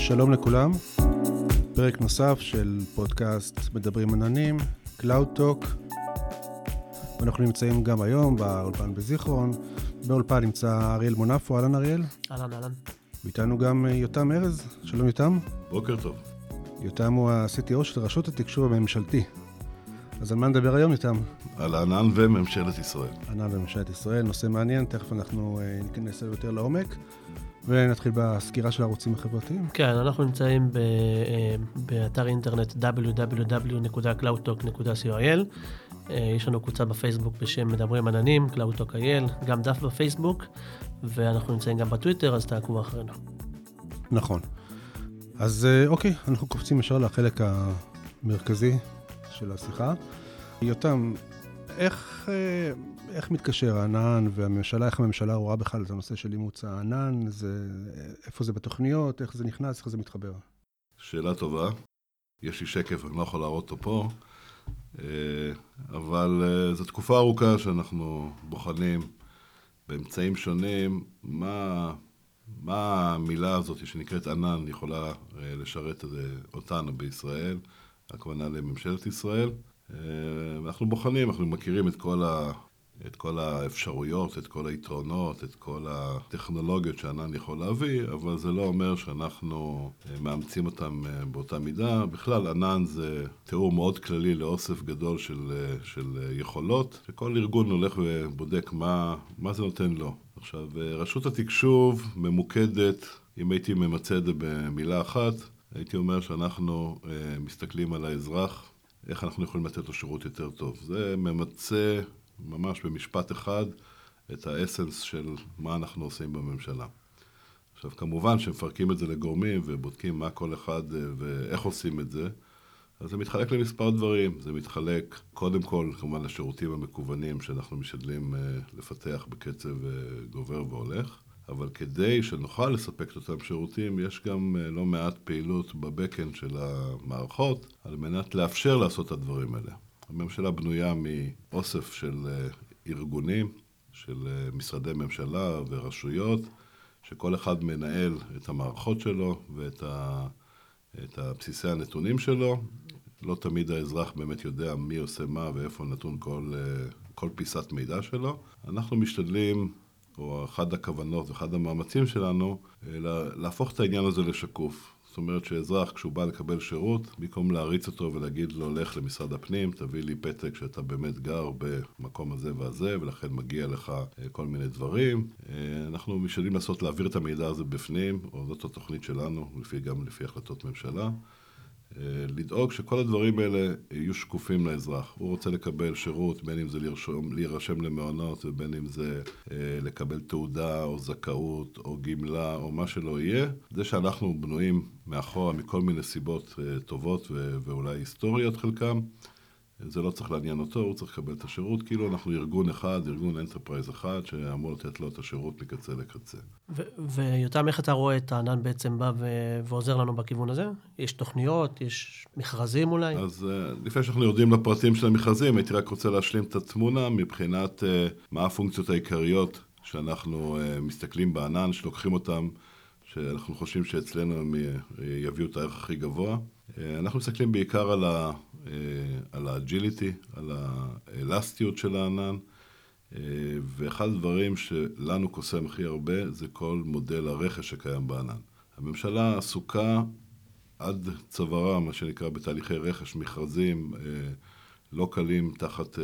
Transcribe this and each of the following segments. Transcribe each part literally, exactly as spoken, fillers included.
שלום לכולם, פרק נוסף של פודקאסט מדברים עננים, Cloud Talk. אנחנו נמצאים גם היום באולפן בזיכרון. באולפן נמצא אריאל מונפו, אהלן אריאל. אהלן, אהלן. ואיתנו גם יותם ארז, שלום יותם. בוקר טוב. יותם הוא ה-סי טי או של רשות התקשוב הממשלתי. אז על מה נדבר היום יותם? על ענן וממשלת ישראל. ענן וממשלת ישראל, נושא מעניין, תכף אנחנו ניכנס יותר לעומק. ונתחיל בסקירה של הערוצים החברתיים. כן, אנחנו נמצאים ב, באתר אינטרנט דאבליו דאבליו דאבליו נקודה קלאוד טוק נקודה סי או איי אל. יש לנו קבוצה בפייסבוק בשם מדברים עננים, Cloud Talk איי אל, גם דף בפייסבוק, ואנחנו נמצאים גם בטוויטר, אז תעקבו אחרינו. נכון. אז אוקיי, אנחנו קופצים ישר לחלק המרכזי של השיחה. יותם, איך... איך מתקשר הענן והממשלה, איך הממשלה רואה בכלל את הנושא של אימוץ הענן, זה, איפה זה בתוכניות, איך זה נכנס, איך זה מתחבר? שאלה טובה. יש לי שקף, אני לא יכול להראות אותו פה, אבל זו תקופה ארוכה שאנחנו בוחנים באמצעים שונים, מה, מה המילה הזאת שנקראת ענן יכולה לשרת אותנו בישראל, הכוונה לממשלת ישראל. אנחנו בוחנים, אנחנו מכירים את כל ה... את כל האפשרויות, את כל היתרונות, את כל הטכנולוגיות שענן יכול להביא, אבל זה לא אומר שאנחנו מאמצים אותם באותה מידה. בכלל, ענן זה תיאור מאוד כללי לאוסף גדול של, של יכולות, שכל ארגון הולך ובודק מה, מה זה נותן לו. עכשיו, רשות התקשוב ממוקדת, אם הייתי ממצא את זה במילה אחת, הייתי אומר שאנחנו מסתכלים על האזרח, איך אנחנו יכולים לתת לו שירות יותר טוב. זה ממצא ממש במשפט אחד את האסנס של מה אנחנו עושים בממשלה. עכשיו, כמובן שמפרקים את זה לגורמים ובודקים מה כל אחד ואיך עושים את זה, אז זה מתחלק למספר דברים. זה מתחלק קודם כל, כמובן, לשירותים המקוונים שאנחנו משדלים לפתח בקצב גובר והולך, אבל כדי שנוכל לספק את אותם שירותים, יש גם לא מעט פעילות בבקן של המערכות, על מנת לאפשר לעשות את הדברים האלה. הממשלה בנויה מאוסף של ארגונים, של משרדי ממשלה ורשויות, שכל אחד מנהל את המערכות שלו ואת ה, את הבסיסי הנתונים שלו. לא תמיד האזרח באמת יודע מי עושה מה ואיפה נתון כל, כל פיסת מידע שלו. אנחנו משתדלים, או אחד הכוונות ואחד המאמצים שלנו, להפוך את העניין הזה לשקוף. זאת אומרת שאזרח, כשהוא בא לקבל שירות, במקום להריץ אותו ולהגיד לו, לך למשרד הפנים, תביא לי פתק שאתה באמת גר במקום הזה והזה, ולכן מגיע לך כל מיני דברים. אנחנו משתדלים לעשות, להעביר את המידע הזה בפנים, או זאת התוכנית שלנו, לפי, גם לפי החלטות ממשלה. לדאוג שכל הדברים האלה יהיו שקופים לאזרח. הוא רוצה לקבל שירות, בין אם זה לרשום, להירשם למעונות, ובין אם זה אה, לקבל תעודה או זכאות או גמלה או מה שלא יהיה. זה שאנחנו בנויים מאחורה מכל מיני סיבות אה, טובות ו- ואולי היסטוריות חלקם, זה לא צריך לעניין אותו, הוא צריך לקבל את השירות, כאילו אנחנו ארגון אחד, ארגון אנטרפרייז אחד, שאמור לתת לו את השירות מקצה לקצה. ו- ויותם, איך אתה רואה את הענן בעצם בא ו- ועוזר לנו בכיוון הזה? יש תוכניות, יש מכרזים אולי? אז לפני שאנחנו יורדים לפרטים של המכרזים, הייתי רק רוצה להשלים את התמונה, מבחינת מה הפונקציות העיקריות שאנחנו מסתכלים בענן, שלוקחים אותם, שאנחנו חושבים שאצלנו הם יביאו את הערך הכי גבוה. אנחנו מסתכלים בעיקר על ה... על האג'יליטי, על האלסטיות של הענן, ואחד הדברים שלנו קוסם הכי הרבה זה כל מודל הרכש שקיים בענן. הממשלה עסוקה עד צווארה, מה שנקרא בתהליכי רכש מכרזים לא קלים תחת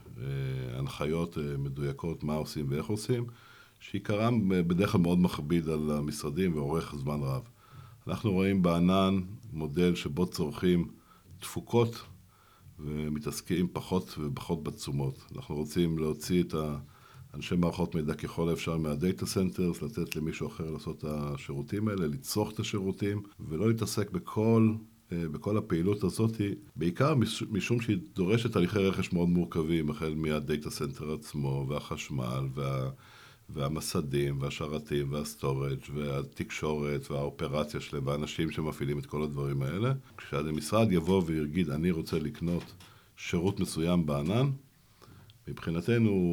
הנחיות מדויקות מה עושים ואיך עושים, שעיקרם בדרך כלל מאוד מכביד על המשרדים ואורך זמן רב. אנחנו רואים בענן מודל שבו צורכים תפוקות ומתעסקים פחות ופחות בתשומות. אנחנו רוצים להוציא את אנשי מערכות מידע ככל האפשר מהדאטה סנטרס, לתת למישהו אחר לעשות את השירותים האלה, לצרוך את השירותים, ולא להתעסק בכל, בכל הפעילות הזאת, בעיקר משום שהיא דורשת תהליכי רכש מאוד מורכבים, החל מהדאטה סנטר עצמו, והחשמל, וה... והמסדים, והשרתים, והסטורג' והתקשורת, והאופרציה שלהם, והאנשים שמפעילים את כל הדברים האלה. כשהמשרד יבוא ויגיד, אני רוצה לקנות שירות מסוים בענן, מבחינתנו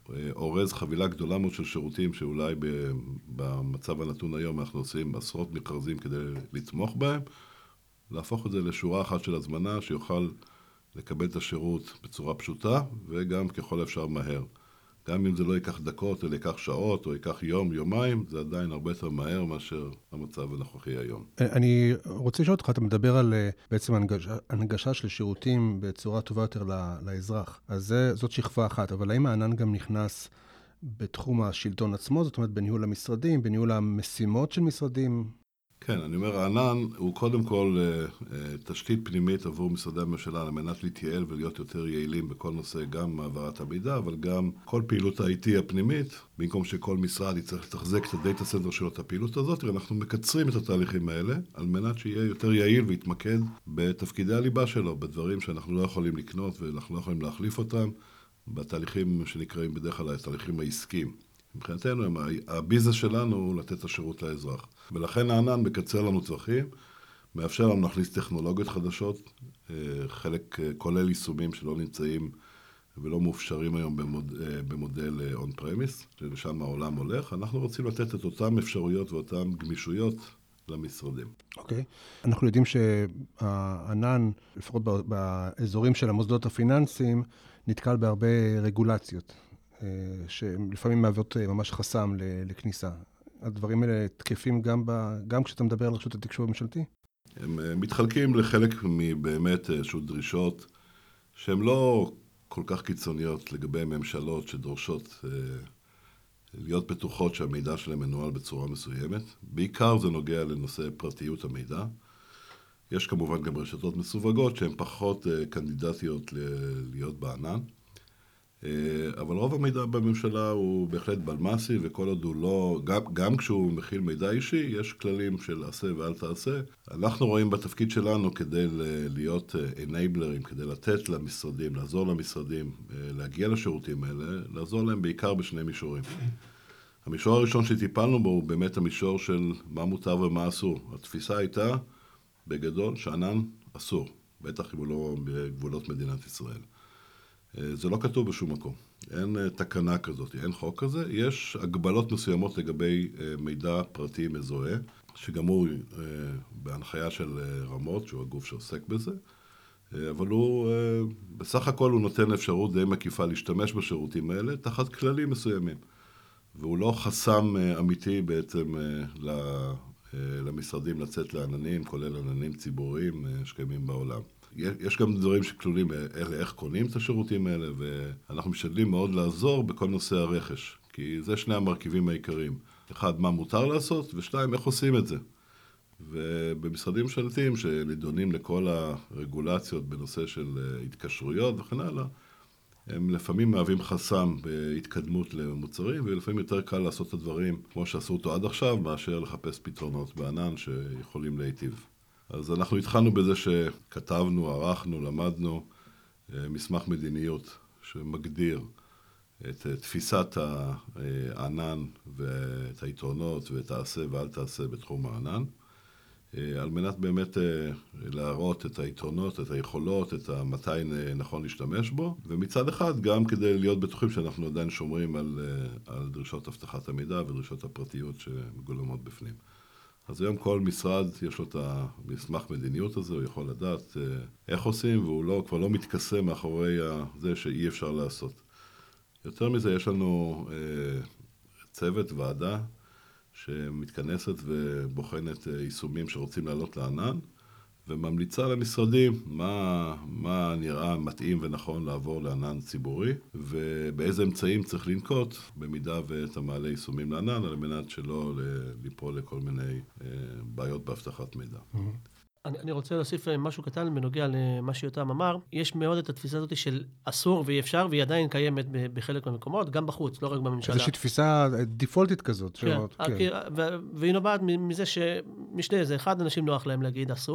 אורז חבילה גדולה מאוד של שירותים, שאולי במצב הנתון היום אנחנו עושים עשרות מכרזים כדי לתמוך בהם, להפוך את זה לשורה אחת של הזמנה, שיוכל לקבל את השירות בצורה פשוטה, וגם ככל אפשר מהר. גם אם זה לא ייקח דקות, או ייקח שעות, או ייקח יום, יומיים, זה עדיין הרבה יותר מהר מאשר המצב הנוכחי היום. אני רוצה לשאול אותך, אתה מדבר על בעצם הנגשה, הנגשה של שירותים בצורה טובה יותר לאזרח. אז זה, זאת שכבה אחת, אבל האם הענן גם נכנס בתחום השלטון עצמו? זאת אומרת, בניהול המשרדים, בניהול המשימות של משרדים? כן, אני אומר, הענן הוא קודם כל תשתית פנימית עבור משרדי הממשלה, על מנת להתייעל ולהיות יותר יעילים בכל נושא, גם מעברת המידע, אבל גם כל פעילות ה-איי טי הפנימית, במקום שכל משרד יצטרך לתחזק את הדאטה סנטר שלו, את הפעילות הזאת, אנחנו מקצרים את התהליכים האלה, על מנת שיהיה יותר יעיל ויתמקד בתפקידי הליבה שלו, בדברים שאנחנו לא יכולים לקנות ואנחנו לא יכולים להחליף אותם, בתהליכים שנקראים בדרך כלל התהליכים העסקיים. מבחינתנו, הביזנס שלנו הוא לתת את השירות לאזרח. ולכן הענן מקצר לנו צרכים, מאפשר לנו להכניס טכנולוגיות חדשות, חלק כולל יישומים שלא נמצאים ולא מאופשרים היום במוד, במודל און-פרמיס, שלשם העולם הולך. אנחנו רוצים לתת את אותן אפשרויות ואותן גמישויות למשרדים. אוקיי. Okay. אנחנו יודעים שהענן, לפחות באזורים של המוסדות הפיננסיים, נתקל בהרבה רגולציות. שלפעמים מהוות ממש חסם לכניסה. הדברים האלה תקפים גם, ב, גם כשאתה מדבר על רשות התקשוב הממשלתי? הם מתחלקים לחלק מבאמת איזשהו דרישות שהן לא כל כך קיצוניות לגבי ממשלות שדורשות להיות בטוחות שהמידע שלהם מנוהל בצורה מסוימת. בעיקר זה נוגע לנושא פרטיות המידע. יש כמובן גם רשתות מסווגות שהן פחות קנדידטיות להיות בענן. אבל רוב המידע בממשלה הוא בהחלט בלמסי, וכל עוד הוא לא, גם, גם כשהוא מכיל מידע אישי, יש כללים של עשה ואל תעשה. אנחנו רואים בתפקיד שלנו כדי להיות enablers, כדי לתת למשרדים, לעזור למשרדים, להגיע לשירותים האלה, לעזור להם בעיקר בשני מישורים. המישור הראשון שטיפלנו בו הוא באמת המישור של מה מותר ומה אסור. התפיסה הייתה, בגדול, שענן אסור, בטח אם הוא לא בגבולות מדינת ישראל. זה לא כתוב בשום מקום. אין תקנה כזאת, אין חוק כזה. יש הגבלות מסוימות לגבי מידע פרטי מזוהה, שגם הוא בהנחיה של רמות, שהוא הגוף שעוסק בזה, אבל הוא, בסך הכל הוא נותן אפשרות די מקיפה להשתמש בשירותים האלה, תחת כללים מסוימים. והוא לא חסם אמיתי בעצם למשרדים לצאת לעננים, כולל עננים ציבוריים שקיימים בעולם. יש גם דברים שכלולים איך קונים את השירותים האלה, ואנחנו משתדלים מאוד לעזור בכל נושא הרכש, כי זה שני המרכיבים העיקריים. אחד, מה מותר לעשות, ושתיים, איך עושים את זה. ובמשרדים ממשלתיים שנידונים לכל הרגולציות בנושא של התקשרויות וכן הלאה, הם לפעמים מהווים חסם בהתקדמות למוצרים, ולפעמים יותר קל לעשות את הדברים כמו שעשו אותו עד עכשיו, מאשר לחפש פתרונות בענן שיכולים להיטיב. אז אנחנו התחלנו בזה שכתבנו, ערכנו, למדנו מסמך מדיניות שמגדיר את תפיסת הענן ואת היתרונות ואת העשה ואל תעשה בתחום הענן, על מנת באמת להראות את היתרונות, את היכולות, את מתי נכון להשתמש בו, ומצד אחד גם כדי להיות בטוחים שאנחנו עדיין שומרים על, על דרישות הבטחת המידע ודרישות הפרטיות שמגולמות בפנים. אז היום כל משרד יש לו את המסמך מדיניות הזה, הוא יכול לדעת איך עושים, והוא לא, כבר לא מתכסה מאחורי זה שאי אפשר לעשות. יותר מזה, יש לנו אה, צוות ועדה שמתכנסת ובוחנת יישומים שרוצים לעלות לענן, וממליצה למשרדים מה, מה נראה מתאים ונכון לעבור לענן ציבורי, ובאיזה אמצעים צריך לנקוט, במידה ואתה מעלה יישומים לענן, על מנת שלא ליפול לכל מיני בעיות בהבטחת מידע. אני, אני רוצה להוסיף משהו קטן בנוגע למה שיותם אמר. יש מאוד את התפיסה הזאת של אסור ואי אפשר, והיא עדיין קיימת בחלק מהמקומות, גם בחוץ, לא רק בממשלה. איזושהי תפיסה דיפולטית כזאת. כן, שעוד, כן. והיא נובעת מזה שמשני זה, אחד, אנשים נוח להם להגיד אסור,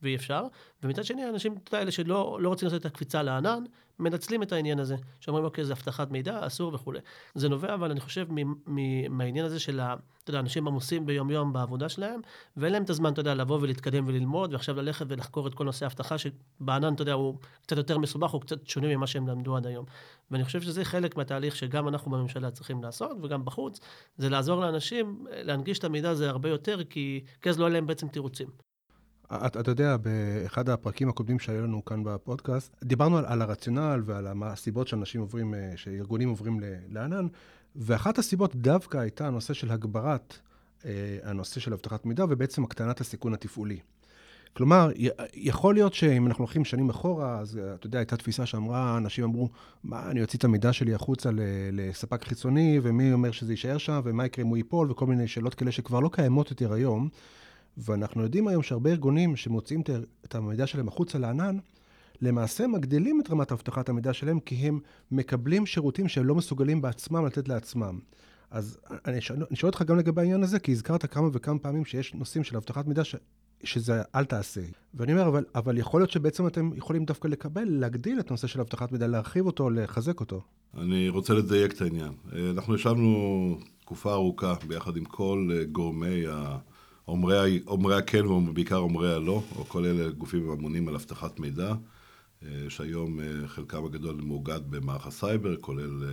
ואי אפשר. ומצד שני, האנשים האלה שלא לא רוצים לעשות את הקפיצה לענן, מנצלים את העניין הזה, שאומרים, אוקיי, זה הבטחת מידע, אסור וכו'. זה נובע, אבל אני חושב, מהעניין הזה של, אתה יודע, אנשים עמוסים ביום-יום בעבודה שלהם, ואין להם את הזמן, אתה יודע, לבוא ולהתקדם וללמוד, ועכשיו ללכת ולחקור את כל נושא ההבטחה, שבענן, אתה יודע, הוא קצת יותר מסובך, הוא קצת שונה ממה שהם למדו עד היום. ואני חושב שזה חלק מהתהליך שגם אנחנו בממשלה צריכים לעשות, וגם בחוץ, זה לעזור לאנשים, להנגיש את המידע הזה הרבה יותר, כי אז לא עליהם בעצם תירוצים. אתה, אתה יודע, באחד הפרקים הקודמים שהיו לנו כאן בפודקאסט, דיברנו על, על הרציונל ועל הסיבות שאנשים עוברים, שארגונים עוברים לענן, ואחת הסיבות דווקא הייתה הנושא של הגברת, הנושא של הבטחת מידע, ובעצם הקטנת הסיכון התפעולי. כלומר, יכול להיות שאם אנחנו הולכים שנים אחורה, אז אתה יודע, הייתה תפיסה שאמרה, אנשים אמרו, מה, אני אוציא את המידע שלי החוצה לספק חיצוני, ומי אומר שזה יישאר שם, ומה יקרה אם הוא ייפול, וכל מיני שאלות כאלה שכבר לא קיימות יותר היום. ואנחנו יודעים היום שהרבה ארגונים שמוציאים את המידע שלהם החוצה לענן, למעשה מגדילים את רמת הבטחת המידע שלהם, כי הם מקבלים שירותים שהם לא מסוגלים בעצמם לתת לעצמם. אז אני שואל אותך גם לגבי העניין הזה, כי הזכרת כמה וכמה פעמים שיש נושאים של הבטחת מידע ש... שזה אל תעשה. ואני אומר, אבל, אבל יכול להיות שבעצם אתם יכולים דווקא לקבל, להגדיל את הנושא של הבטחת מידע, להרחיב אותו, לחזק אותו. אני רוצה לדייק את העניין. אנחנו ישבנו תקופה ארוכה ביחד עם כל גורמי ה... אומרי הכן ובעיקר אומרי הלא, או כל אלה גופים ממונים על הבטחת מידע, שהיום חלקם הגדול מאוגד במערך הסייבר, כולל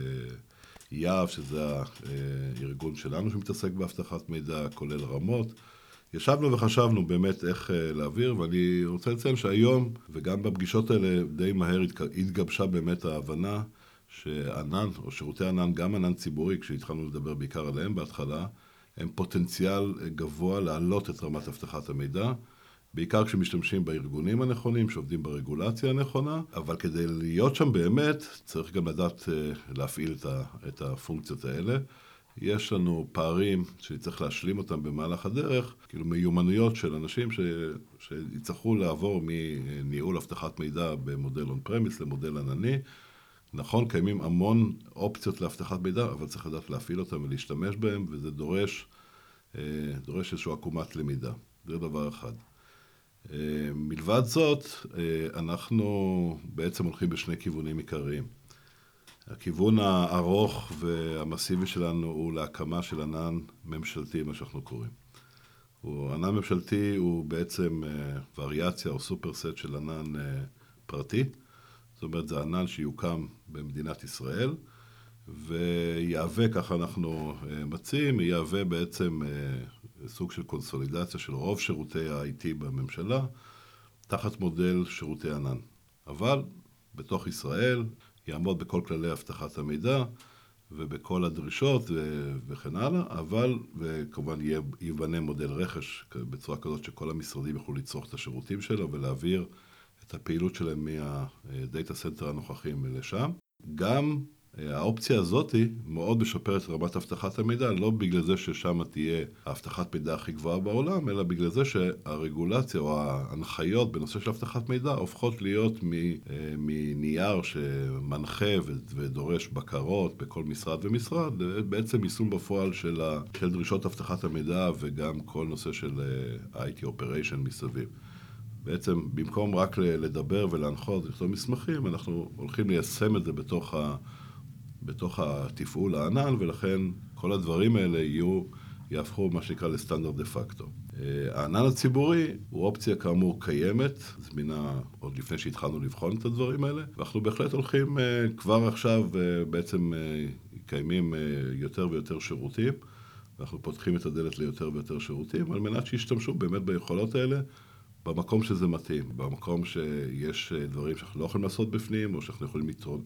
יהב, שזה הארגון שלנו שמתעסק בהבטחת מידע, כולל רמות. ישבנו וחשבנו באמת איך להעביר, ואני רוצה לציין שהיום, וגם בפגישות האלה די מהר התגבשה באמת ההבנה, שענן, או שירותי ענן, גם ענן ציבורי, כשהתחלנו לדבר בעיקר עליהם בהתחלה, הם פוטנציאל גבוה להעלות את רמת הבטחת המידע, בעיקר כשמשתמשים בארגונים הנכונים, שעובדים ברגולציה הנכונה, אבל כדי להיות שם באמת, צריך גם לדעת להפעיל את הפונקציות האלה. יש לנו פערים שצריך להשלים אותם במהלך הדרך, כאילו מיומנויות של אנשים ש... שיצטרכו לעבור מניהול הבטחת מידע במודל on-premise למודל ענני. נכון, קיימים המון אופציות להבטחת מידע, אבל צריך לדעת להפעיל אותם ולהשתמש בהם, וזה דורש, דורש איזשהו עקומת למידה. זה דבר אחד. מלבד זאת, אנחנו בעצם הולכים בשני כיוונים עיקריים. הכיוון הארוך והמסיבי שלנו הוא להקמה של ענן ממשלתי, מה שאנחנו קוראים. ענן ממשלתי הוא בעצם וריאציה או סופרסט של ענן פרטי. זאת אומרת, זה ענן שיוקם במדינת ישראל, ויהווה, ככה אנחנו מציעים, יהווה בעצם סוג של קונסולידציה של רוב שירותי ה-איי טי בממשלה, תחת מודל שירותי ענן. אבל בתוך ישראל יעמוד בכל כללי הבטחת המידע, ובכל הדרישות ו- וכן הלאה, אבל, וכמובן ייבנה מודל רכש בצורה כזאת שכל המשרדים יוכלו לצרוך את השירותים שלו, ולהעביר את הפעילות שלהם מהדאטה סנטר הנוכחים לשם. גם האופציה הזאת מאוד משפרת רמת הבטחת המידע, לא בגלל זה ששם תהיה ההבטחת מידע הכי גבוהה בעולם, אלא בגלל זה שהרגולציה או ההנחיות בנושא של הבטחת מידע הופכות להיות מנייר שמנחה ודורש בקרות בכל משרד ומשרד, בעצם יישום בפועל של, של דרישות הבטחת המידע וגם כל נושא של איי טי Operation מסביב. בעצם במקום רק לדבר ולהנחות, לכתוב מסמכים, אנחנו הולכים ליישם את זה בתוך ה... בתוך התפעול הענן, ולכן כל הדברים האלה יהיו, יהפכו מה שנקרא לסטנדרט דה פקטו. הענן הציבורי הוא אופציה כאמור קיימת, זמינה עוד לפני שהתחלנו לבחון את הדברים האלה, ואנחנו בהחלט הולכים כבר עכשיו, בעצם קיימים יותר ויותר שירותים, ואנחנו פותחים את הדלת ליותר ויותר שירותים, על מנת שישתמשו באמת ביכולות האלה, במקום שזה מתאים, במקום שיש דברים שאנחנו לא יכולים לעשות בפנים, או שאנחנו יכולים לתרום,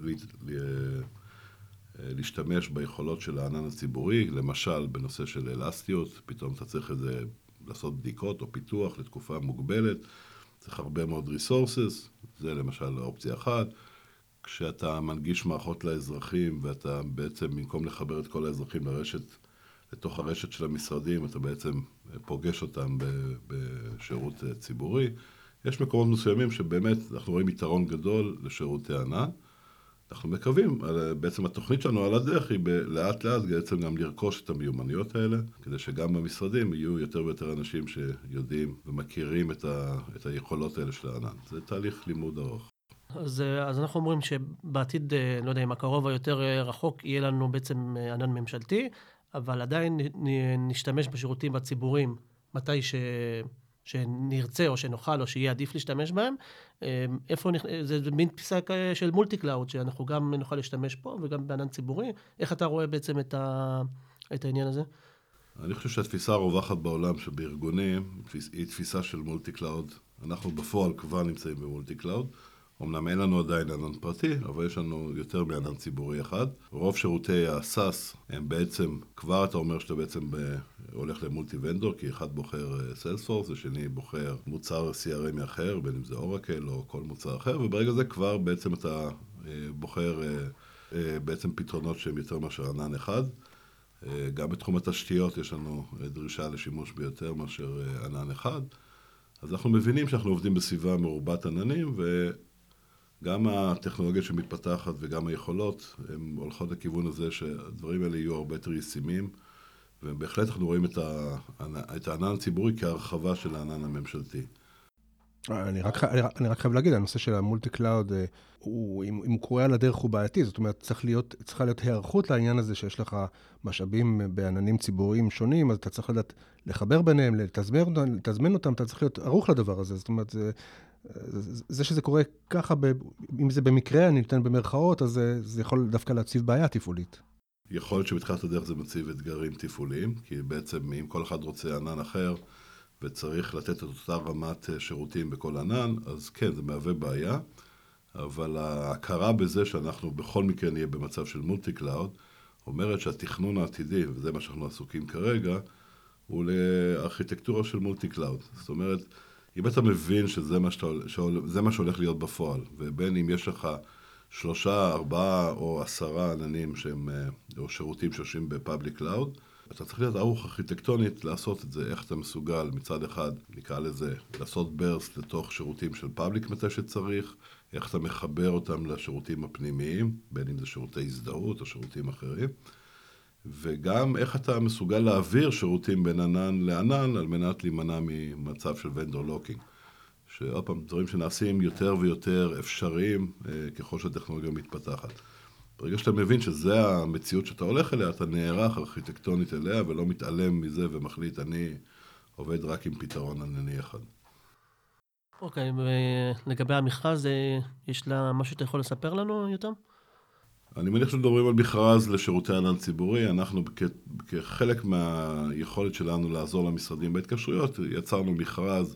להשתמש ביכולות של הענן הציבורי, למשל בנושא של אלסטיות, פתאום אתה צריך איזה, לעשות בדיקות או פיתוח לתקופה מוגבלת, צריך הרבה מאוד resources, זה למשל אופציה אחת. כשאתה מנגיש מערכות לאזרחים, ואתה בעצם במקום לחבר את כל האזרחים לרשת, לתוך הרשת של המשרדים, אתה בעצם פוגש אותם בשירות ציבורי. יש מקומות מסוימים שבאמת אנחנו רואים יתרון גדול לשירותי ענן. אנחנו מקווים, בעצם התוכנית שלנו על הדרך היא לאט לאט בעצם גם לרכוש את המיומנויות האלה, כדי שגם במשרדים יהיו יותר ויותר אנשים שיודעים ומכירים את, ה, את היכולות האלה של הענן. זה תהליך לימוד ארוך. אז, אז אנחנו אומרים שבעתיד, לא יודע אם הקרוב היותר רחוק, יהיה לנו בעצם ענן ממשלתי, אבל עדיין נשתמש בשירותים הציבוריים, מתי ש... שנרצה או שנוכל או שיהיה עדיף להשתמש בהם. איפה, זה מין תפיסה של מולטי קלאוד, שאנחנו גם נוכל להשתמש פה וגם בענן ציבורי. איך אתה רואה בעצם את, ה... את העניין הזה? אני חושב שהתפיסה הרווחת בעולם שבארגונים היא תפיסה של מולטי קלאוד. אנחנו בפועל כבר נמצאים במולטי קלאוד. אמנם אין לנו עדיין ענן פרטי, אבל יש לנו יותר מענן ציבורי אחד. רוב שירותי ה-סאס הם בעצם, כבר אתה אומר שאתה בעצם ב... הולך למולטי ונדור, כי אחד בוחר סיילספורס, השני בוחר מוצר סי אר אם אחר, בין אם זה אורקל או כל מוצר אחר, וברגע זה כבר בעצם אתה בוחר בעצם פתרונות שהם יותר מאשר ענן אחד. גם בתחום התשתיות יש לנו דרישה לשימוש ביותר מאשר ענן אחד. אז אנחנו מבינים שאנחנו עובדים בסביבה מרובת עננים, ו... גם הטכנולוגיה שמתפתחת וגם היכולות, הן הולכות לכיוון הזה שהדברים האלה יהיו הרבה יותר ישימים, ובהחלט אנחנו רואים את, ה, את הענן הציבורי כהרחבה של הענן הממשלתי. אני רק, אני רק חייב להגיד, הנושא של המולטי קלאוד, הוא, אם, אם הוא קורא על הדרך הוא בעייתי, זאת אומרת, צריך להיות, צריכה להיות הערכות לעניין הזה שיש לך משאבים בעננים ציבוריים שונים, אז אתה צריך לדעת לחבר ביניהם, לתזמן, לתזמן אותם, אתה צריך להיות ערוך לדבר הזה, זאת אומרת, זה... זה שזה קורה ככה, אם זה במקרה, אני נותן במרכאות, אז זה, זה יכול דווקא להציב בעיה תפעולית. יכול להיות שבתחילת הדרך זה מציב אתגרים תפעוליים, כי בעצם אם כל אחד רוצה ענן אחר, וצריך לתת את אותה רמת שירותים בכל ענן, אז כן, זה מהווה בעיה, אבל ההכרה בזה שאנחנו בכל מקרה נהיה במצב של מולטי קלאוד, אומרת שהתכנון העתידי, וזה מה שאנחנו עסוקים כרגע, הוא לארכיטקטורה של מולטי קלאוד. זאת אומרת, אם אתה מבין שזה מה, שאתה, שזה מה שהולך להיות בפועל, ובין אם יש לך שלושה, ארבעה או עשרה עננים שהם, או שירותים שיושבים בפאבליק קלאוד, אתה צריך להיות ערוך ארכיטקטונית לעשות את זה, איך אתה מסוגל מצד אחד, נקרא לזה, לעשות ברסט לתוך שירותים של פאבליק מתי שצריך, איך אתה מחבר אותם לשירותים הפנימיים, בין אם זה שירותי הזדהות או שירותים אחרים, וגם איך אתה מסוגל להעביר שירותים בין ענן לענן, על מנת להימנע ממצב של ונדור לוקינג. שעוד פעם, דברים שנעשים יותר ויותר אפשריים ככל שהטכנולוגיה מתפתחת. ברגע שאתה מבין שזה המציאות שאתה הולך אליה, אתה נערך ארכיטקטונית אליה ולא מתעלם מזה ומחליט, אני עובד רק עם פתרון ענני אחד. אוקיי, לגבי המכרז, יש לה משהו שאתה יכול לספר לנו יותר? אני מניח שמדברים על מכרז לשירותי ענן ציבורי, אנחנו כחלק מהיכולת שלנו לעזור למשרדים בהתקשרויות, יצרנו מכרז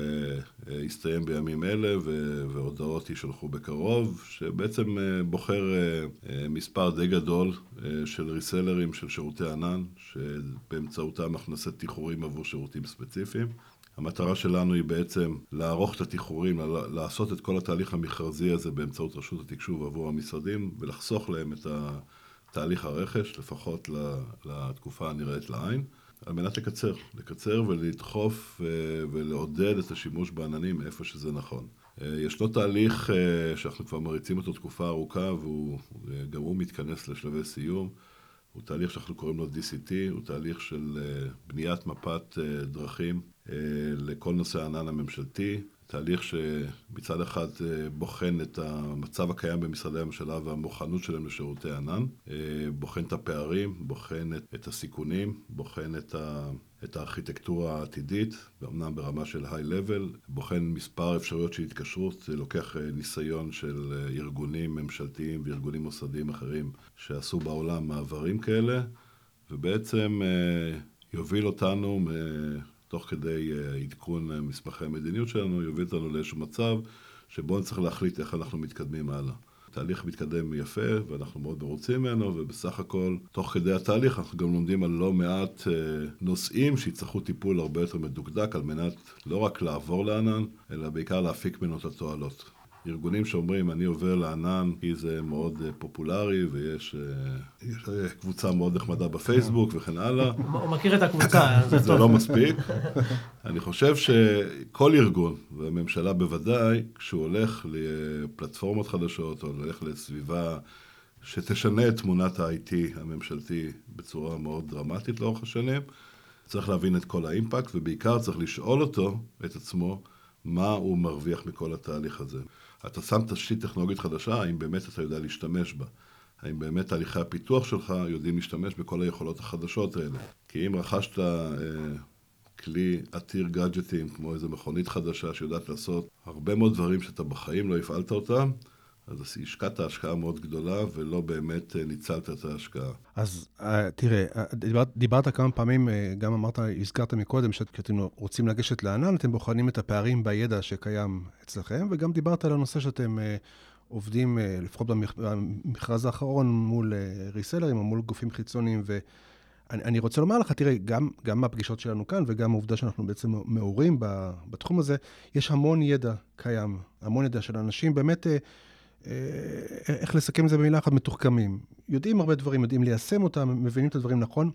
שהסתיים בימים אלה והודעות יישלחו בקרוב, שבעצם בוחר מספר די גדול של ריסלרים של שירותי ענן, שבאמצעותם אנחנו נעשה תיחורים עבור שירותים ספציפיים. המטרה שלנו היא בעצם לערוך את התיחורים, לעשות את כל התהליך המכרזי הזה באמצעות רשות התקשוב עבור המשרדים, ולחסוך להם את תהליך הרכש, לפחות לתקופה הנראית לעין, על מנת לקצר, לקצר ולדחוף ולעודד את השימוש בעננים איפה שזה נכון. ישנו תהליך שאנחנו כבר מריצים אותו תקופה ארוכה, וגם הוא מתכנס לשלבי סיום. הוא תהליך שאנחנו קוראים לו די סי טי, הוא תהליך של בניית מפת דרכים לכל נושא הענן הממשלתי, תהליך שמצד אחד בוחן את המצב הקיים במשרדי הממשלה והמוכנות שלהם לשירותי ענן, בוחן את הפערים, בוחן את הסיכונים, בוחן את ה... את הארכיטקטורה העתידית, אמנם ברמה של היי-לבל, בוחן מספר אפשרויות של התקשרות, לוקח ניסיון של ארגונים ממשלתיים וארגונים מוסדיים אחרים שעשו בעולם מעברים כאלה, ובעצם יוביל אותנו, תוך כדי עדכון מסמכי המדיניות שלנו, יוביל אותנו לאיזשהו מצב שבו נצטרך להחליט איך אנחנו מתקדמים הלאה. התהליך מתקדם יפה, ואנחנו מאוד מרוצים ממנו, ובסך הכל, תוך כדי התהליך, אנחנו גם לומדים על לא מעט נושאים שיצטרכו טיפול הרבה יותר מדוקדק, על מנת לא רק לעבור לענן, אלא בעיקר להפיק ממנו את התועלות. ארגונים שאומרים, אני עובר לענן כי זה מאוד פופולרי, ויש יש קבוצה מאוד נחמדה בפייסבוק וכן הלאה. הוא מכיר את הקבוצה, זה טוב. זה לא מספיק. אני חושב שכל ארגון, והממשלה בוודאי, כשהוא הולך לפלטפורמות חדשות, או הולך לסביבה שתשנה את תמונת ה-איי טי הממשלתי בצורה מאוד דרמטית לאורך השנים, צריך להבין את כל האימפקט, ובעיקר צריך לשאול אותו, את עצמו, מה הוא מרוויח מכל התהליך הזה. אתה שם תשתית טכנולוגית חדשה, האם באמת אתה יודע להשתמש בה? האם באמת תהליכי הפיתוח שלך יודעים להשתמש בכל היכולות החדשות האלה? כי אם רכשת אה, כלי עתיר גאדג'טים, כמו איזו מכונית חדשה שיודעת לעשות הרבה מאוד דברים שאתה בחיים לא הפעלת אותם, אז השקעת השקעה מאוד גדולה, ולא באמת ניצלת את ההשקעה. אז תראה, דיברת, דיברת כמה פעמים, גם אמרת, הזכרת מקודם, שאתם רוצים לגשת לענן, אתם בוחנים את הפערים בידע שקיים אצלכם, וגם דיברת על הנושא שאתם עובדים, לפחות במכרז האחרון, מול ריסלרים או מול גופים חיצוניים, ואני רוצה לומר לך, תראה, גם, גם מהפגישות שלנו כאן, וגם העובדה שאנחנו בעצם מעורים בתחום הזה, יש המון ידע קיים, המון ידע של אנשים, באמת, איך לסכם את זה במילה אחת, מתוחכמים. יודעים הרבה דברים, יודעים ליישם אותם, מבינים את הדברים נכון.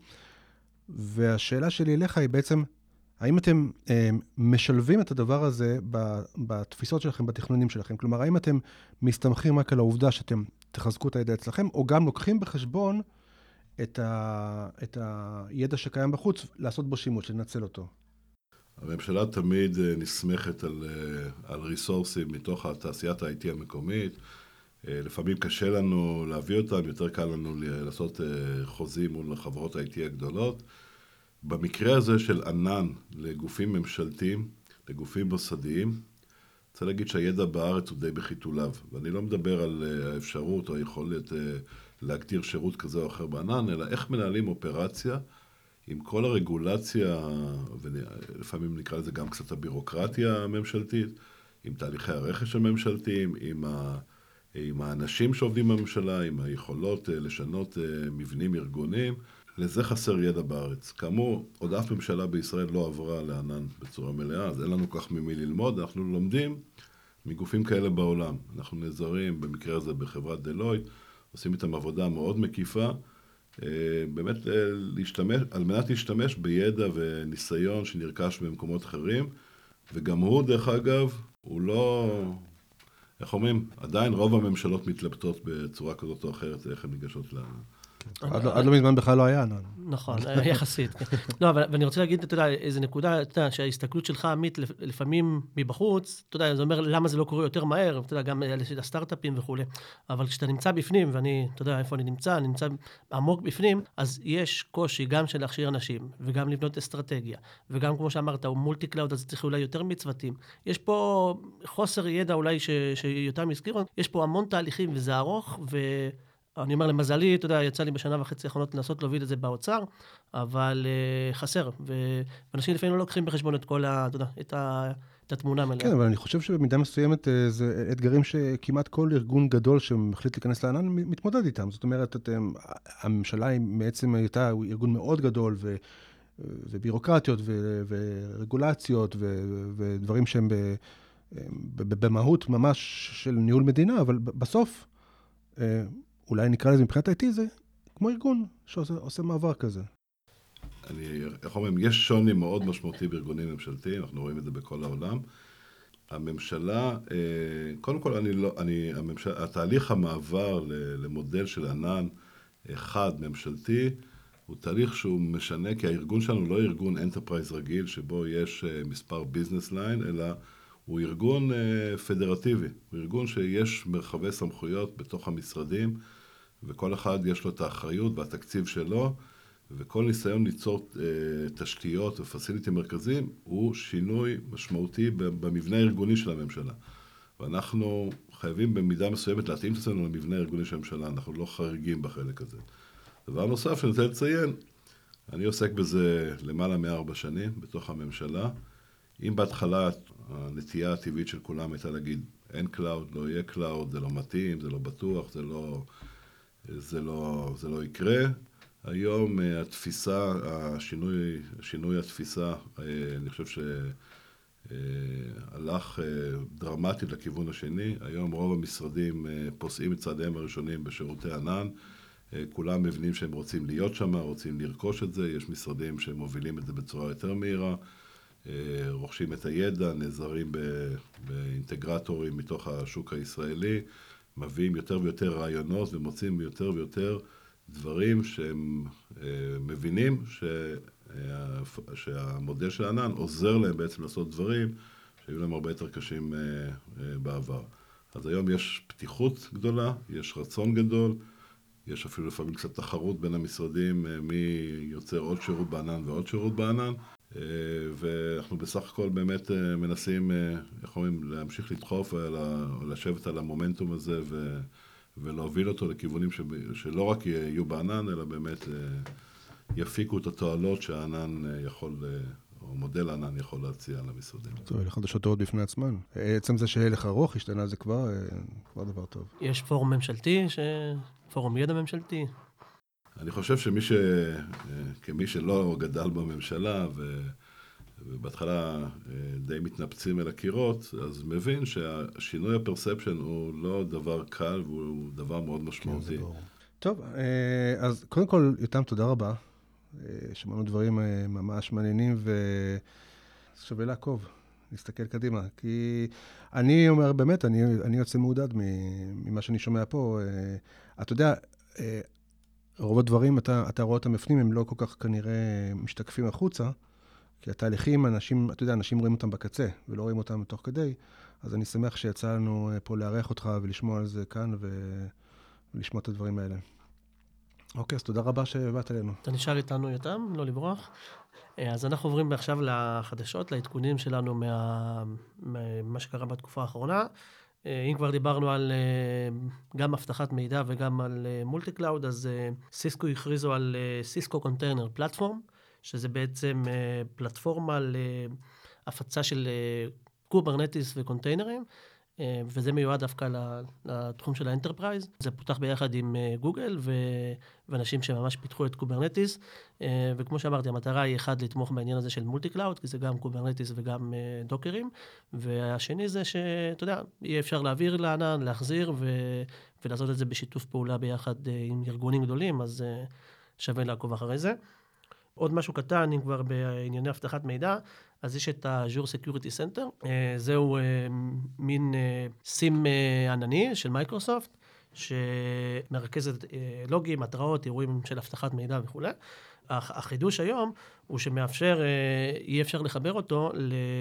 והשאלה שלי אליך היא בעצם, האם אתם אה, משלבים את הדבר הזה בתפיסות שלכם, בתכנונים שלכם? כלומר, האם אתם מסתמכים רק על העובדה שאתם תחזקו את הידע אצלכם, או גם לוקחים בחשבון את, ה, את הידע שקיים בחוץ, לעשות בו שימוש, לנצל אותו? הממשלה תמיד נסמכת על, על ריסורסים מתוך התעשיית ה-איי טי המקומית. לפעמים קשה לנו להביא אותם, יותר קל לנו לעשות חוזים מול חברות ה-איי טי הגדולות. במקרה הזה של ענן לגופים ממשלתיים, לגופים מוסדיים, צריך להגיד שהידע בארץ הוא די בחיתוליו. ואני לא מדבר על האפשרות או היכולת להגדיר שירות כזה או אחר בענן, אלא איך מנהלים אופרציה עם כל הרגולציה, ולפעמים נקרא לזה גם קצת הבירוקרטיה הממשלתית, עם תהליכי הרכש הממשלתיים, עם, ה, עם האנשים שעובדים בממשלה, עם היכולות לשנות מבנים ארגונים, לזה חסר ידע בארץ. כאמור, עוד אף ממשלה בישראל לא עברה לענן בצורה מלאה, אז אין לנו כך ממי ללמוד, אנחנו לומדים מגופים כאלה בעולם. אנחנו נעזרים במקרה הזה בחברת דלויט, עושים איתם עבודה מאוד מקיפה, באמת להשתמש, על מנת להשתמש בידע וניסיון שנרכש במקומות אחרים, וגם הוא, דרך אגב, הוא לא, איך אומרים, עדיין רוב הממשלות מתלבטות בצורה כזאת או אחרת, איך הן ניגשות לה... עד לא מזמן בכלל לא היה ענן. נכון, יחסית. לא, אבל אני רוצה להגיד, אתה יודע, איזו נקודה, אתה יודע, שההסתכלות שלך, עמית, לפעמים מבחוץ, אתה יודע, זה אומר למה זה לא קורה יותר מהר, אתה יודע, גם הסטארט-אפים וכו'. אבל כשאתה נמצא בפנים, ואני, אתה יודע, איפה אני נמצא, אני נמצא עמוק בפנים, אז יש קושי גם של להכשיר אנשים, וגם לבנות אסטרטגיה, וגם כמו שאמרת, הוא מולטי-קלאוד, אז צריך אולי יותר מצוותים. יש פה חוסר ידע אולי שיותר מזכירו, יש פה המון תהליכים, וזה ארוך, ו... אני אומר, למזלי, אתה יודע, יצא לי בשנה וחצי האחרונות לנסות להוביל את זה באוצר, אבל uh, חסר, ואנשים לפעמים לא לוקחים בחשבון את כל ה... אתה יודע, את, ה, את התמונה מלאה. כן, אבל אני חושב שבמידה מסוימת זה אתגרים שכמעט כל ארגון גדול שמחליט להיכנס לענן מתמודד איתם. זאת אומרת, אתם, הממשלה היא בעצם הייתה ארגון מאוד גדול, ו, ובירוקרטיות ו, ורגולציות ו, ודברים שהם ב, במהות ממש של ניהול מדינה, אבל בסוף... אולי נקרא לזה מבחינת ה-איי טי, זה כמו ארגון שעושה מעבר כזה. אני, איך אומרים, יש שוני מאוד משמעותי בארגונים ממשלתיים, אנחנו רואים את זה בכל העולם. הממשלה, קודם כל, אני לא, אני, הממשל, התהליך המעבר למודל של ענן אחד ממשלתי, הוא תהליך שהוא משנה, כי הארגון שלנו לא ארגון אנטרפרייז רגיל, שבו יש מספר ביזנס ליין, אלא הוא ארגון פדרטיבי, הוא ארגון שיש מרחבי סמכויות בתוך המשרדים, וכל אחד יש לו את האחריות והתקציב שלו, וכל ניסיון ליצור תשתיות ופסיליטים מרכזיים, הוא שינוי משמעותי במבנה הארגוני של הממשלה. ואנחנו חייבים במידה מסוימת להתאים את עצמנו למבנה הארגוני של הממשלה, אנחנו לא חריגים בחלק הזה. דבר נוסף שאני רוצה לציין, אני עוסק בזה למעלה מארבע שנים בתוך הממשלה, אם בהתחלה הנטייה הטבעית של כולם הייתה להגיד, אין קלאוד, לא יהיה קלאוד, זה לא מתאים, זה לא בטוח, זה לא, זה לא, זה לא יקרה. היום התפיסה, השינוי, שינוי התפיסה, אני חושב הלך דרמטית לכיוון השני. היום רוב המשרדים פוסעים את צעדיהם הראשונים בשירותי ענן. כולם מבינים שהם רוצים להיות שם, רוצים לרכוש את זה. יש משרדים שמובילים את זה בצורה יותר מהירה, רוכשים את הידע, נעזרים באינטגרטורים מתוך השוק הישראלי, מביאים יותר ויותר רעיונות ומוצאים יותר ויותר דברים שהם מבינים ש... שהמודל של הענן עוזר להם בעצם לעשות דברים שהיו להם הרבה יותר קשים בעבר. אז היום יש פתיחות גדולה, יש רצון גדול, יש אפילו לפעמים קצת תחרות בין המשרדים, מי יוצר עוד שירות בענן ועוד שירות בענן, ואנחנו בסך הכל באמת מנסים, יכולים להמשיך לדחוף ולשבת על המומנטום הזה ו... ולהוביל אותו לכיוונים ש... שלא רק יהיו בענן, אלא באמת יפיקו את התועלות שהענן יכול, או מודל הענן יכול להציע למשרדים. טוב, אלה חדשות טובות בפני עצמן. עצם זה שהלך ארוך, השתנה זה כבר, כבר דבר טוב. יש פורום ממשלתי, ש... פורום ידע ממשלתי. אני חושב שמי ש... כמי שלא גדל בממשלה, ו... ובהתחלה די מתנפצים אל הקירות, אז מבין שהשינוי הפרספשן הוא לא דבר קל, והוא דבר מאוד משמעותי. כן, טוב, אז קודם כל, יותם, תודה רבה. שמענו דברים ממש מעניינים, ושווה לעקוב, להסתכל קדימה. כי אני אומר, באמת, אני, אני יוצא מעודד ממה שאני שומע פה. אתה יודע, רוב הדברים, אתה, אתה רואה אותם בפנים, הם לא כל כך כנראה משתקפים החוצה, כי התהליכים, אנשים, אתה יודע, אנשים רואים אותם בקצה, ולא רואים אותם תוך כדי, אז אני שמח שיצא לנו פה לארח אותך ולשמוע על זה כאן, ו... ולשמוע את הדברים האלה. אוקיי, אז תודה רבה שבאת אלינו. אתה נשאר איתנו יותם, לא לברוח. אז אנחנו עוברים עכשיו לחדשות, לעדכונים שלנו מה... מה שקרה בתקופה האחרונה. אם כבר דיברנו על גם הבטחת מידע וגם על מולטי קלאוד, אז סיסקו הכריזו על סיסקו קונטיינר פלטפורם, שזה בעצם פלטפורמה להפצה של קוברנטיס וקונטיינרים, וזה מיועד דווקא לתחום של האנטרפרייז. זה פותח ביחד עם גוגל ואנשים שממש פיתחו את קוברנטיס, וכמו שאמרתי, המטרה היא אחד לתמוך בעניין הזה של מולטי קלאוד, כי זה גם קוברנטיס וגם דוקרים, והשני זה שאתה יודע, יהיה אפשר להעביר לענן, להחזיר ולעשות את זה בשיתוף פעולה ביחד עם ארגונים גדולים, אז שווה לעקוב אחרי זה. עוד משהו קטן, אם כבר בענייני הבטחת מידע, אז יש את ה-Azure Security Center. זהו מין סים ענני של מייקרוסופט, שמרכזת לוגים, התראות, אירועים של הבטחת מידע וכו'. החידוש היום הוא שמאפשר, יהיה אפשר לחבר אותו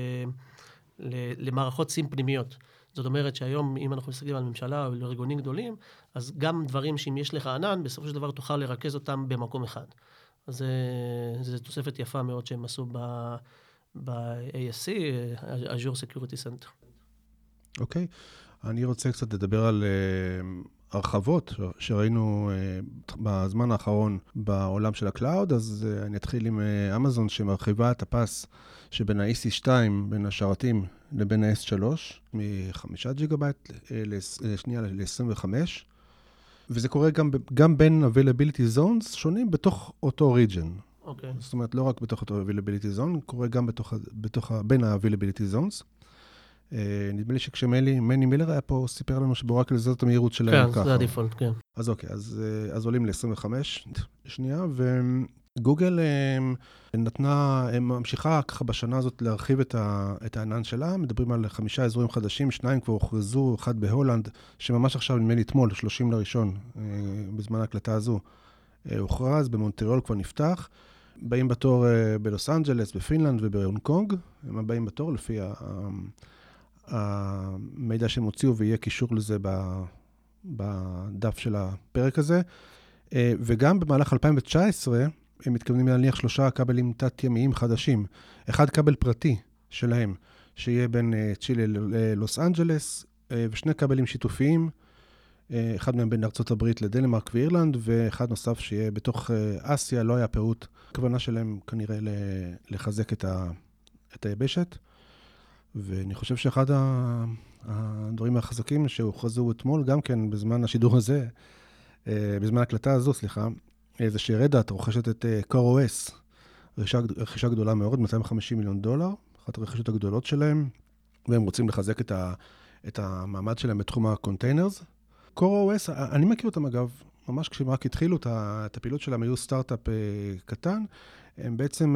למערכות סים פנימיות. זאת אומרת שהיום, אם אנחנו מסתכלים על ממשלה או לארגונים גדולים, אז גם דברים שאם יש לך ענן, בסופו של דבר תוכל לרכז אותם במקום אחד. אז זו תוספת יפה מאוד שהם עשו ב-איי אס סי, Azure Security Center. אוקיי. אני רוצה קצת לדבר על הרחבות שראינו בזמן האחרון בעולם של הקלאוד, אז אני אתחיל עם אמזון שמרחיבה את הפס שבין ה-אי סי שתיים, בין השרתים, לבין ה-אס שלוש, מ-חמישה ג'יגה בייט לשנייה ל-עשרים וחמש. וזה קורה גם, גם בין availability zones שונים בתוך אותו region. אוקיי. זאת אומרת, לא רק בתוך אותו availability zone, קורה גם בתוך, בתוך, בין ה-availability zones. נדמה לי שכשמני, מני מילר היה פה, סיפר לנו שבאורקל זאת המהירות שלהם ככה. כן, זה הדיפולט, כן. אז אוקיי, אז, אז עולים ל-עשרים וחמש שנייה, וגוגל נתנה, ממשיכה ככה בשנה הזאת להרחיב את, ה, את הענן שלה, מדברים על חמישה אזורים חדשים, שניים כבר הוכרזו, אחד בהולנד, שממש עכשיו נדמה לי אתמול, שלושים לראשון, בזמן ההקלטה הזו, הוכרז, במונטריאול כבר נפתח, באים בתור בלוס אנג'לס, בפינלנד ובהונג קונג, הם הבאים בתור לפי ה... המידע שהם הוציאו ויהיה קישור לזה בדף של הפרק הזה. וגם במהלך אלפיים תשע עשרה הם מתכוונים להניח שלושה כבלים תת-ימיים חדשים. אחד כבל פרטי שלהם, שיהיה בין צ'ילה ללוס אנג'לס, ושני כבלים שיתופיים, אחד מהם בין ארצות הברית לדנמרק ואירלנד, ואחד נוסף שיהיה בתוך אסיה, לא היה פירוט. הכוונה שלהם כנראה לחזק את היבשת. ואני חושב שאחד הדברים החזקים שהוכרזו אתמול, גם כן בזמן השידור הזה, בזמן ההקלטה הזו, סליחה, זה שרדאט רוכשת את Core או אס, רכישה גדולה מאוד, מאתיים וחמישים מיליון דולר, אחת הרכישות הגדולות שלהם, והם רוצים לחזק את, ה, את המעמד שלהם בתחום הקונטיינרס. CoreOS, אני מכיר אותם אגב, ממש כשהם רק התחילו את הפעילות שלהם, היו סטארט-אפ קטן, הם בעצם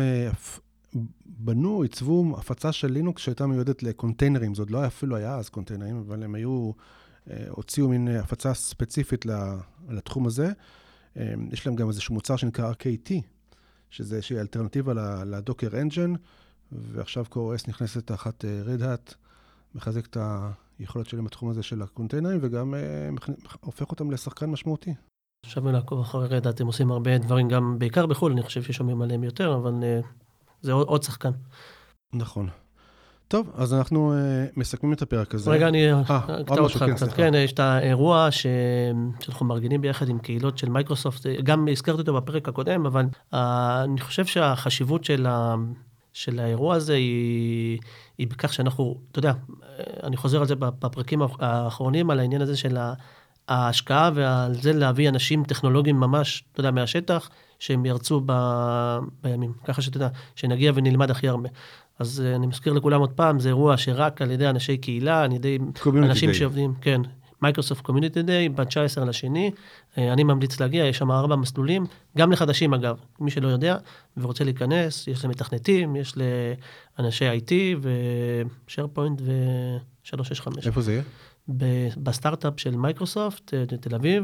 בנו, עיצבו הפצה של לינוקס שהייתה מיועדת לקונטיינרים, זאת לא אפילו היה אז קונטיינרים, אבל הם היו, הוציאו מין הפצה ספציפית לתחום הזה. יש להם גם איזשהו מוצר שנקרא אר קיי טי, שזה איזושהי אלטרנטיבה לדוקר אנג'ן, ועכשיו CoreOS נכנסת תחת Red Hat, מחזק את היכולת שלהם בתחום הזה של הקונטיינרים, וגם הופך אותם לשחקן משמעותי. שווה לעקוב אחרי Red Hat, הם עושים הרבה דברים גם בעיקר בחול, אני חושב ששומעים עליהם יותר, אבל זה עוד, עוד שחקן. נכון. טוב, אז אנחנו uh, מסכמים את הפרק הזה. רגע, אני אקטע אותך כן, קצת. כן, יש את האירוע ש... שאנחנו מארגנים ביחד עם קהילות של מייקרוסופט, גם הזכרתי אותו בפרק הקודם, אבל uh, אני חושב שהחשיבות של, ה... של האירוע הזה היא... היא בכך שאנחנו, אתה יודע, אני חוזר על זה בפרקים האחרונים, על העניין הזה של ההשקעה, ועל זה להביא אנשים טכנולוגיים ממש, אתה יודע, מהשטח, שהם ירצו ב... בימים. ככה שאתה יודע, שנגיע ונלמד הכי הרבה. אז אני מזכיר לכולם עוד פעם, זה אירוע שרק על ידי אנשי קהילה, על ידי אנשים שעובדים, כן, מייקרוסופט קומיוניטי דיי, ב-תשעה עשר לשני, אני ממליץ להגיע, יש שם ארבע מסלולים, גם לחדשים אגב, מי שלא יודע, ורוצה להיכנס, יש למתכנתים, יש לאנשי איי טי, ושארפוינט ו-שלוש שש חמש. איפה זה יהיה? בסטארט-אפ של מייקרוסופט, תל אביב,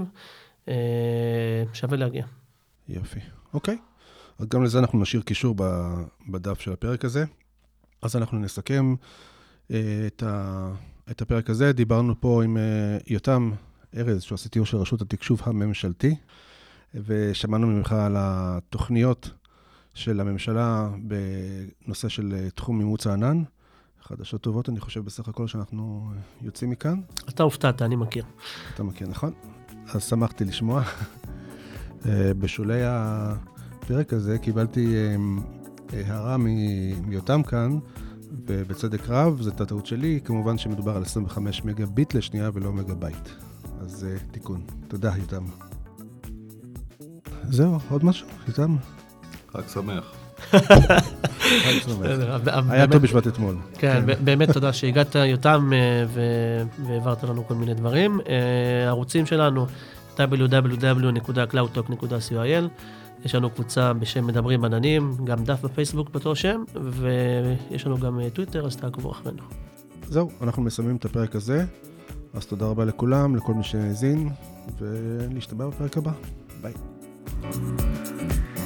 שווה להגיע. יופי, אוקיי. אז גם לזה אנחנו נשאיר קישור בדף של הפרק הזה. אז אנחנו נסכם את, ה, את הפרק הזה. דיברנו פה עם יותם ארז, שהוא ה-סי טי או של רשות התקשוב הממשלתי, ושמענו ממך על התוכניות של הממשלה בנושא של תחום אימוץ הענן. חדשות טובות, אני חושב בסך הכל שאנחנו יוצאים מכאן. אתה הופתעת, אני מכיר. אתה מכיר, נכון? אז שמחתי לשמוע. בשולי הפרק הזה קיבלתי הערה מיותם כאן, ובצדק רב, זו הטעות שלי, כמובן שמדובר על עשרים וחמישה מגה ביט לשנייה ולא מגה בייט. אז תיקון. תודה, יותם. זהו, עוד משהו, יותם? חג שמח. היה טוב בשבט אתמול. כן, באמת תודה שהגעת יותם והעברת לנו כל מיני דברים. הערוצים שלנו, דאבליו דאבליו דאבליו נקודה קלאוד טוק נקודה סי או איי אל, יש לנו קבוצה בשם מדברים עננים, גם דף בפייסבוק באותו שם, ויש לנו גם טוויטר, אז תעקבו אחרינו. זהו, אנחנו מסיימים את הפרק הזה, אז תודה רבה לכולם, לכל מי שהאזין, ולהשתמע בפרק הבא. ביי.